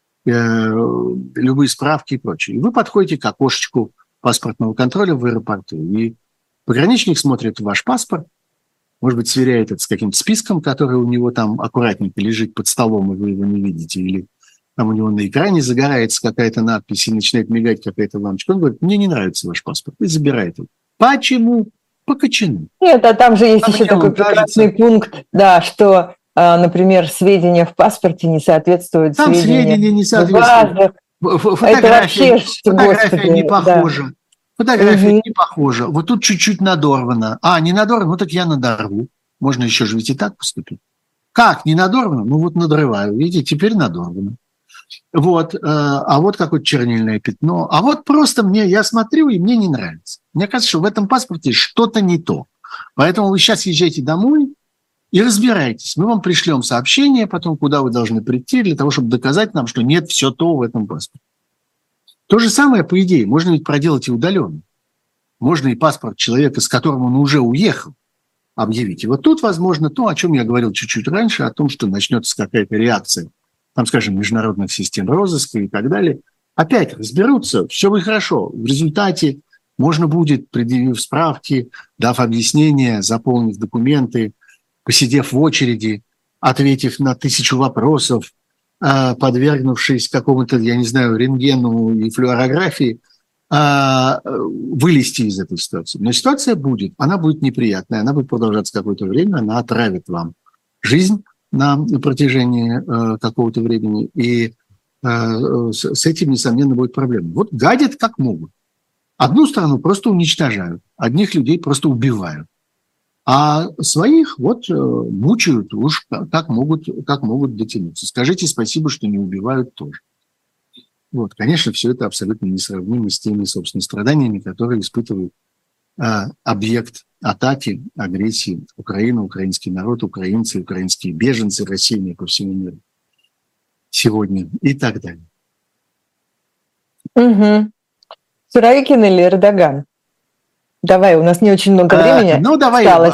любые справки и прочее. И вы подходите к окошечку паспортного контроля в аэропорту, и пограничник смотрит ваш паспорт, может быть, сверяет это с каким-то списком, который у него там аккуратненько лежит под столом, и вы его не видите, или там у него на экране загорается какая-то надпись и начинает мигать какая-то лампочка. Он говорит: мне не нравится ваш паспорт, и забирает его. Почему? По кочану. Нет, а там же есть еще такой прекрасный пункт, да, что, например, сведения в паспорте не соответствуют там сведения не соответствуют. Фотография не похожа. Да. Фотография не похожа. Вот тут чуть-чуть надорвано. Не надорвано, ну так я надорву. Можно еще же ведь и так поступить. Как, не надорвано? Ну вот надрываю. Видите, теперь надорвано. Вот, а вот какое-то чернильное пятно. А вот просто я смотрю, и мне не нравится. Мне кажется, что в этом паспорте что-то не то. Поэтому вы сейчас езжайте домой и разбирайтесь. Мы вам пришлем сообщение потом, куда вы должны прийти, для того, чтобы доказать нам, что нет все то в этом паспорте. То же самое, по идее, можно ведь проделать и удаленно. Можно и паспорт человека, с которым он уже уехал, объявить. И вот тут, возможно, то, о чем я говорил чуть-чуть раньше, о том, что начнется какая-то реакция, там, скажем, международных систем розыска и так далее. Опять разберутся, все будет хорошо. В результате можно будет, предъявив справки, дав объяснения, заполнив документы, посидев в очереди, ответив на 1000 вопросов, подвергнувшись какому-то, я не знаю, рентгену и флюорографии, вылезти из этой ситуации. Но ситуация будет, она будет неприятная, она будет продолжаться какое-то время, она отравит вам жизнь на протяжении какого-то времени, и с этим, несомненно, будет проблема. Вот гадят как могут. Одну страну просто уничтожают, одних людей просто убивают, а своих вот мучают уж как могут дотянуться. Скажите спасибо, что не убивают тоже. Вот, конечно, все это абсолютно несравнимо с теми, собственно, страданиями, которые испытывает объект атаки, агрессии Украина, украинский народ, украинцы, украинские беженцы, рассеянные по всему миру сегодня и так далее. Угу. Суровикин или Эрдоган? Давай, у нас не очень много времени осталось.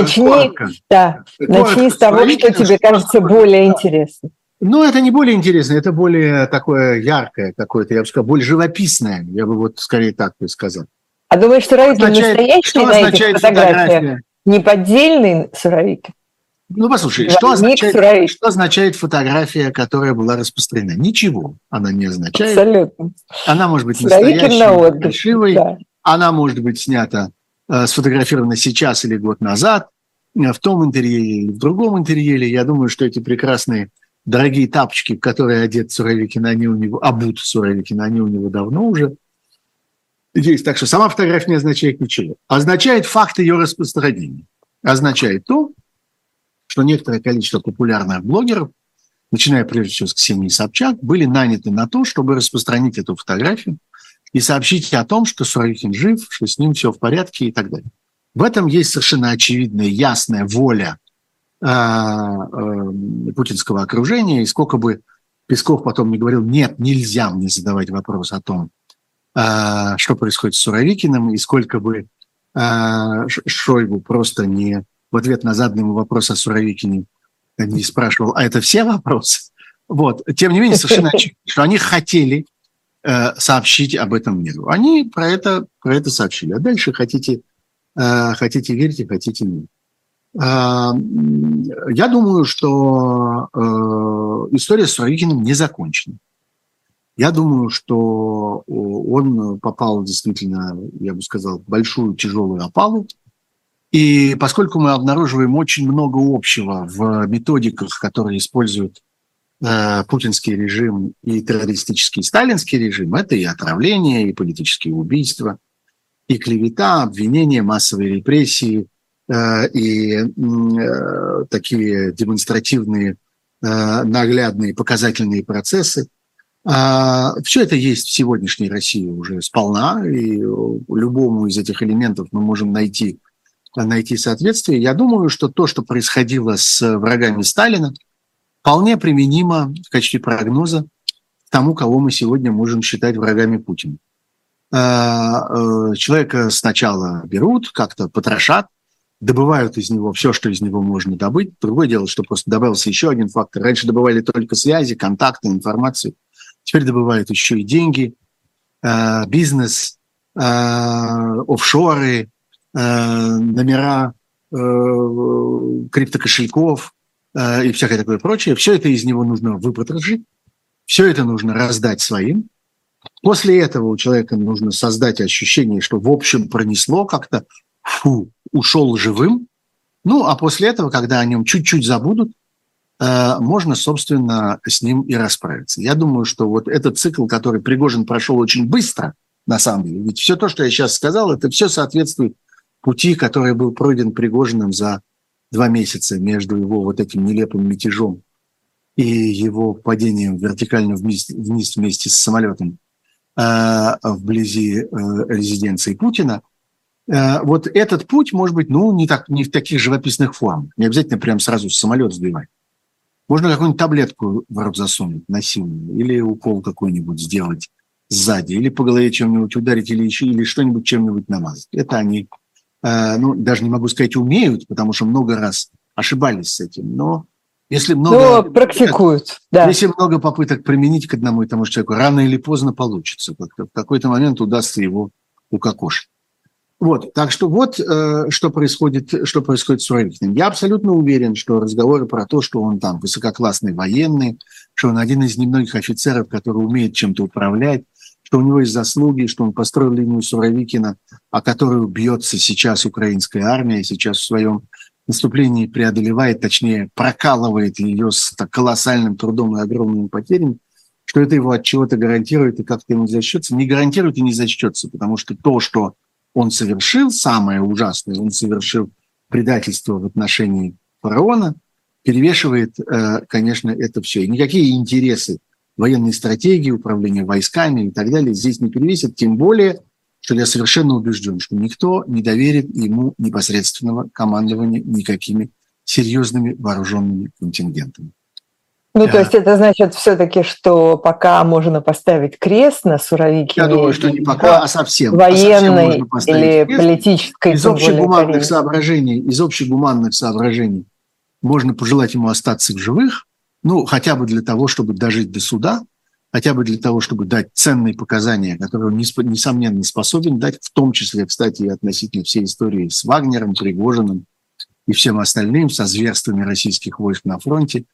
Начни с того, что тебе кажется более интересно. Ну, это не более интересно, это более такое яркое какое-то, я бы сказал, более живописное, я бы вот скорее так бы сказал. А думаешь, Суровикин настоящий на этих фотографиях? Не поддельный Суровикин? Ну, послушай, что означает фотография, которая была распространена? Ничего она не означает. Абсолютно. Она может быть настоящей, фальшивой, да. Она может быть снята, сфотографирована сейчас или год назад, в том интерьере или в другом интерьере. Я думаю, что эти прекрасные дорогие тапочки, в которые одет Суровикин, они у него, обут Суровикин, они у него давно уже есть. Так что сама фотография не означает ничего. Означает факт ее распространения. Означает то, что некоторое количество популярных блогеров, начиная прежде всего с Ксении Собчак, были наняты на то, чтобы распространить эту фотографию и сообщить о том, что Суровикин жив, что с ним все в порядке и так далее. В этом есть совершенно очевидная, ясная воля путинского окружения, и сколько бы Песков потом не говорил: нет, нельзя мне задавать вопрос о том, что происходит с Суровикиным, и сколько бы Шойгу просто не в ответ на заданный ему вопрос о Суровикине не спрашивал: а это все вопросы? Вот. Тем не менее, совершенно очевидно, что они хотели сообщить об этом миру. Они про это сообщили. А дальше хотите верьте, хотите нет. Я думаю, что история с Суровикиным не закончена. Я думаю, что он попал действительно, я бы сказал, в большую тяжелую опалу. И поскольку мы обнаруживаем очень много общего в методиках, которые используют путинский режим и террористический сталинский режим, это и отравление, и политические убийства, и клевета, обвинения, массовые репрессии, и такие демонстративные, наглядные, показательные процессы. Все это есть в сегодняшней России уже сполна, и любому из этих элементов мы можем найти найти соответствие. Я думаю, что то, что происходило с врагами Сталина, вполне применимо в качестве прогноза к тому, кого мы сегодня можем считать врагами Путина. Человека сначала берут, как-то потрошат, добывают из него все, что из него можно добыть. Другое дело, что просто добавился еще один фактор. Раньше добывали только связи, контакты, информацию. Теперь добывают еще и деньги, бизнес, офшоры, номера криптокошельков и всякое такое прочее. Все это из него нужно выпотрошить, все это нужно раздать своим. После этого у человека нужно создать ощущение, что в общем пронесло как-то, ушел живым. Ну, а после этого, когда о нем чуть-чуть забудут, можно, собственно, с ним и расправиться. Я думаю, что вот этот цикл, который Пригожин прошел очень быстро, на самом деле, ведь все то, что я сейчас сказал, это все соответствует пути, который был пройден Пригожиным за 2 месяца между его вот этим нелепым мятежом и его падением вертикально вниз вместе с самолетом вблизи резиденции Путина. Вот этот путь может быть, не в таких живописных формах. Не обязательно прям сразу самолет сбивать. Можно какую-нибудь таблетку в рот засунуть насильно, или укол какой-нибудь сделать сзади, или по голове чем-нибудь ударить, или что-нибудь чем-нибудь намазать. Это они, даже не могу сказать, умеют, потому что много раз ошибались с этим, но если много... практикуют, да. Если много попыток применить к одному и тому же человеку, рано или поздно получится. В какой-то момент удастся его укокошить. Вот, так что вот что происходит с Суровикиным. Я абсолютно уверен, что разговоры про то, что он там высококлассный военный, что он один из немногих офицеров, который умеет чем-то управлять, что у него есть заслуги, что он построил линию Суровикина, о которой бьется сейчас украинская армия, сейчас в своем наступлении преодолевает, точнее прокалывает ее с колоссальным трудом и огромными потерями, что это его от чего-то гарантирует и как-то ему зачтется. Не гарантирует и не зачтется, потому что то, что он совершил, самое ужасное, он совершил предательство в отношении фараона, перевешивает, конечно, это все. И никакие интересы военной стратегии, управления войсками и так далее здесь не перевесят, тем более, что я совершенно убежден, что никто не доверит ему непосредственного командования никакими серьезными вооруженными контингентами. То есть это значит все-таки, что пока можно поставить крест на Суровикине. Я думаю, что не пока, а совсем. Военной или политической. Из общегуманных соображений можно пожелать ему остаться в живых, хотя бы для того, чтобы дожить до суда, хотя бы для того, чтобы дать ценные показания, которые он, несомненно, способен дать, в том числе, кстати, и относительно всей истории с Вагнером, Пригожиным и всем остальным, со зверствами российских войск на фронте.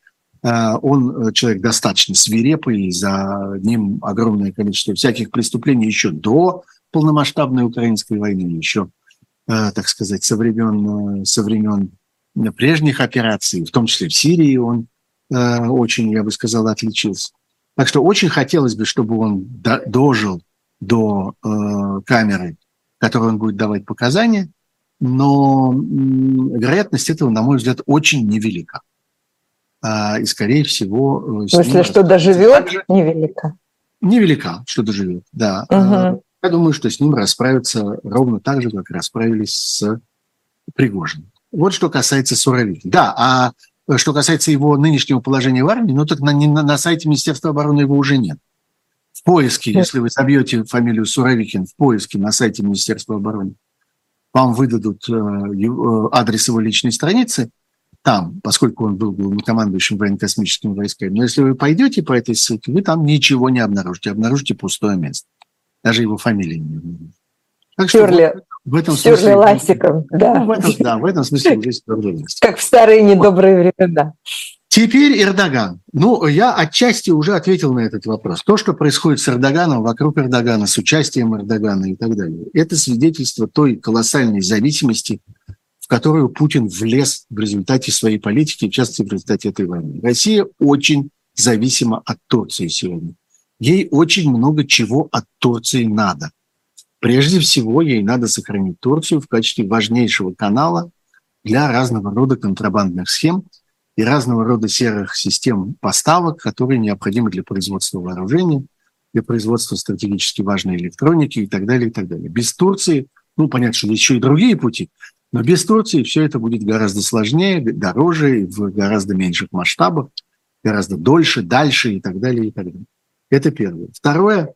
Он человек достаточно свирепый, и за ним огромное количество всяких преступлений еще до полномасштабной украинской войны, еще, так сказать, со времен прежних операций, в том числе в Сирии он очень, я бы сказал, отличился. Так что очень хотелось бы, чтобы он дожил до камеры, в которой он будет давать показания, но вероятность этого, на мой взгляд, очень невелика. И, скорее всего... В смысле, что доживет, невелика? Невелика, что доживет, да. Угу. Я думаю, что с ним расправятся ровно так же, как расправились с Пригожиным. Вот что касается Суровикина. Да, а что касается его нынешнего положения в армии, так на сайте Министерства обороны его уже нет. В поиске, если вы забьете фамилию Суровикин в поиске на сайте Министерства обороны, вам выдадут адрес его личной страницы, там, поскольку он был главнокомандующим военно-космическими войсками. Но если вы пойдете по этой ссылке, вы там ничего не обнаружите. Обнаружите пустое место. Даже его фамилии не обнаружите. Так что в этом смысле... ластиком, да. В этом смысле уже стерли ластиком. Как в старые недобрые времена. Теперь Эрдоган. Я отчасти уже ответил на этот вопрос. То, что происходит с Эрдоганом, вокруг Эрдогана, с участием Эрдогана и так далее, это свидетельство той колоссальной зависимости, в которую Путин влез в результате своей политики, в частности, в результате этой войны. Россия очень зависима от Турции сегодня. Ей очень много чего от Турции надо. Прежде всего, ей надо сохранить Турцию в качестве важнейшего канала для разного рода контрабандных схем и разного рода серых систем поставок, которые необходимы для производства вооружения, для производства стратегически важной электроники и так далее, и так далее. Без Турции, понятно, что есть еще и другие пути, Но без Турции все это будет гораздо сложнее, дороже, в гораздо меньших масштабах, гораздо дольше, дальше и так далее, и так далее. Это первое. Второе,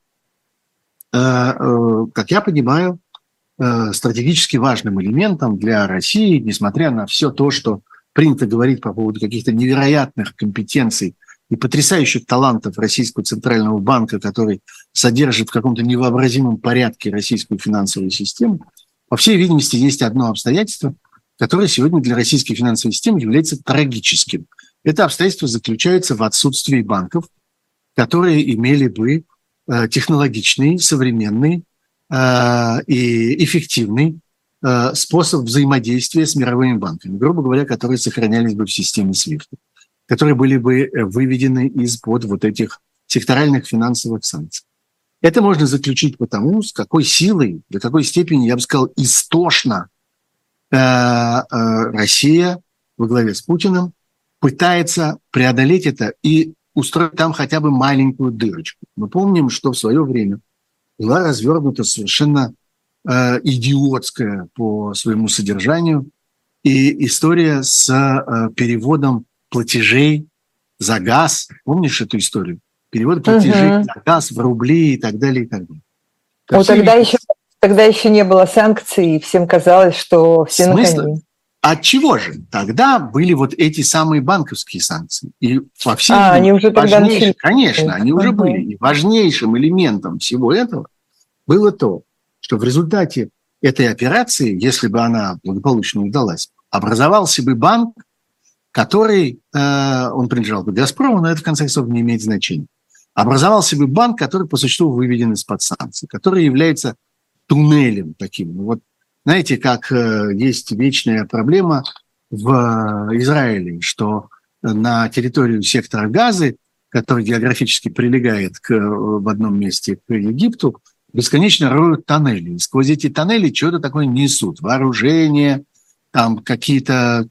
как я понимаю, стратегически важным элементом для России, несмотря на все то, что принято говорить по поводу каких-то невероятных компетенций и потрясающих талантов Российского Центрального банка, который содержит в каком-то невообразимом порядке российскую финансовую систему, по всей видимости, есть одно обстоятельство, которое сегодня для российской финансовой системы является трагическим. Это обстоятельство заключается в отсутствии банков, которые имели бы технологичный, современный и эффективный способ взаимодействия с мировыми банками, грубо говоря, которые сохранялись бы в системе SWIFT, которые были бы выведены из-под вот этих секторальных финансовых санкций. Это можно заключить потому, с какой силой, до какой степени, я бы сказал, истошно Россия во главе с Путиным пытается преодолеть это и устроить там хотя бы маленькую дырочку. Мы помним, что в свое время была развернута совершенно идиотская по своему содержанию и история с переводом платежей за газ. Помнишь эту историю? Перевод платежей за газ в рубли и так далее, и так далее. Ну, тогда еще не было санкций, и всем казалось, что все на коне. От чего же? Тогда были вот эти самые банковские санкции. И во всей они уже тогда начали. Конечно, они уже были. И важнейшим элементом всего этого было то, что в результате этой операции, если бы она благополучно удалась, образовался бы банк, который, он принадлежал бы «Газпрому», но это, в конце концов, не имеет значения. Образовался бы банк, который по существу выведен из-под санкций, который является туннелем таким. Вот знаете, как есть вечная проблема в Израиле, что на территорию сектора Газы, который географически прилегает в одном месте к Египту, бесконечно роют тоннели. И сквозь эти тоннели что-то такое несут. Вооружение, там какую-то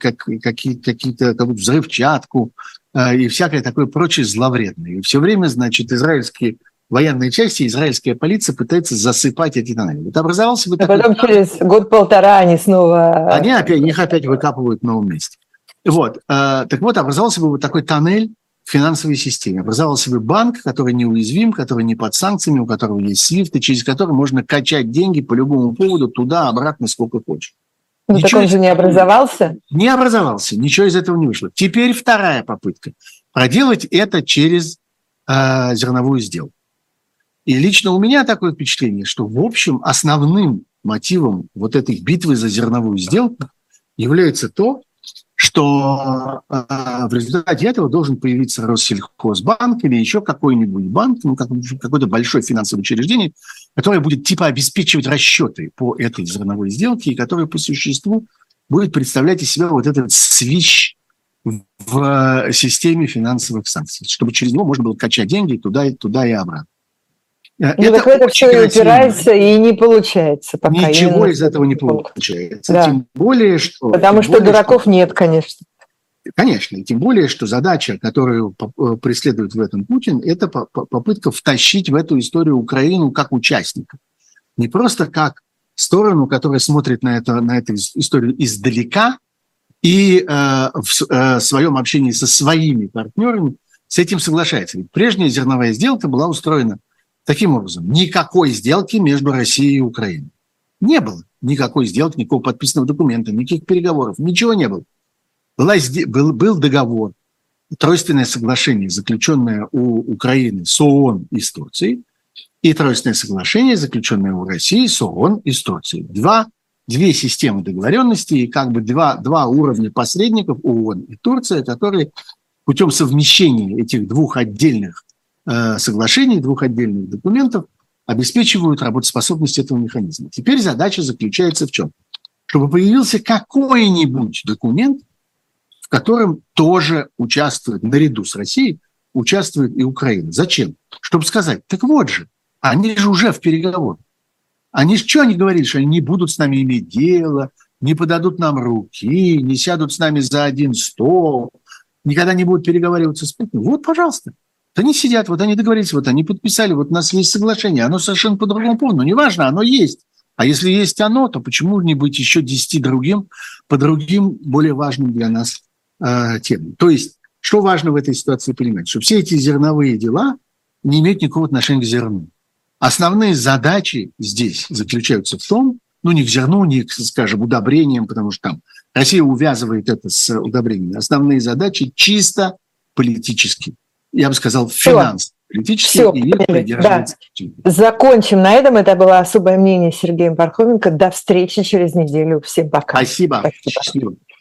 взрывчатку и всякое такое прочее зловредное. И все время, значит, израильские военные части, израильская полиция пытается засыпать эти тоннели. Вот образовался бы такой... Потом через год-полтора они снова... Их опять выкапывают в новом месте. Вот. Так вот, образовался бы вот такой тоннель в финансовой системе. Образовался бы банк, который неуязвим, который не под санкциями, у которого есть SWIFT, и через который можно качать деньги по любому поводу туда, обратно, сколько хочешь. Ну, так он же не образовался? Не образовался, ничего из этого не вышло. Теперь вторая попытка. Проделать это через зерновую сделку. И лично у меня такое впечатление, что, в общем, основным мотивом вот этой битвы за зерновую сделку является то, что в результате этого должен появиться Россельхозбанк или еще какой-нибудь банк, ну, какое-то большое финансовое учреждение, которое будет типа обеспечивать расчеты по этой зерновой сделке и которое по существу будет представлять из себя вот этот свищ в системе финансовых санкций, чтобы через него можно было качать деньги туда и обратно. Это все и упирается и не получается пока. Ничего из этого не получается. Да. Тем более, что... Потому что дураков нет, конечно. Конечно. И тем более, что задача, которую преследует в этом Путин, это попытка втащить в эту историю Украину как участника. Не просто как сторону, которая смотрит на эту историю издалека и в своем общении со своими партнерами с этим соглашается. Ведь прежняя зерновая сделка была устроена таким образом: никакой сделки между Россией и Украиной. Не было никакой сделки, никакого подписанного документа, никаких переговоров, ничего не было. Был договор, тройственное соглашение, заключенное у Украины с ООН и с Турцией, и тройственное соглашение, заключенное у России с ООН и с Турцией. Две системы договоренности и как бы два уровня посредников, ООН и Турция, которые путем совмещения этих двух отдельных соглашений, двух отдельных документов обеспечивают работоспособность этого механизма. Теперь задача заключается в чем? Чтобы появился какой-нибудь документ, в котором тоже участвует, наряду с Россией, участвует и Украина. Зачем? Чтобы сказать, так вот же, они же уже в переговорах. Они что они говорили, что они не будут с нами иметь дело, не подадут нам руки, не сядут с нами за один стол, никогда не будут переговариваться с Путиным. Вот, пожалуйста. Вот они сидят, вот они договорились, вот они подписали, вот у нас есть соглашение, оно совершенно по другому поводу, но неважно, оно есть. А если есть оно, то почему не быть еще 10 другим, по другим, более важным для нас темам? То есть, что важно в этой ситуации понимать? Что все эти зерновые дела не имеют никакого отношения к зерну. Основные задачи здесь заключаются в том, не к зерну, не к, скажем, удобрениям, потому что там Россия увязывает это с удобрениями. Основные задачи чисто политические. Я бы сказал, финансово-политические. И их придерживается. Да. Закончим на этом. Это было особое мнение Сергея Пархоменко. До встречи через неделю. Всем пока. Спасибо. Счастливо.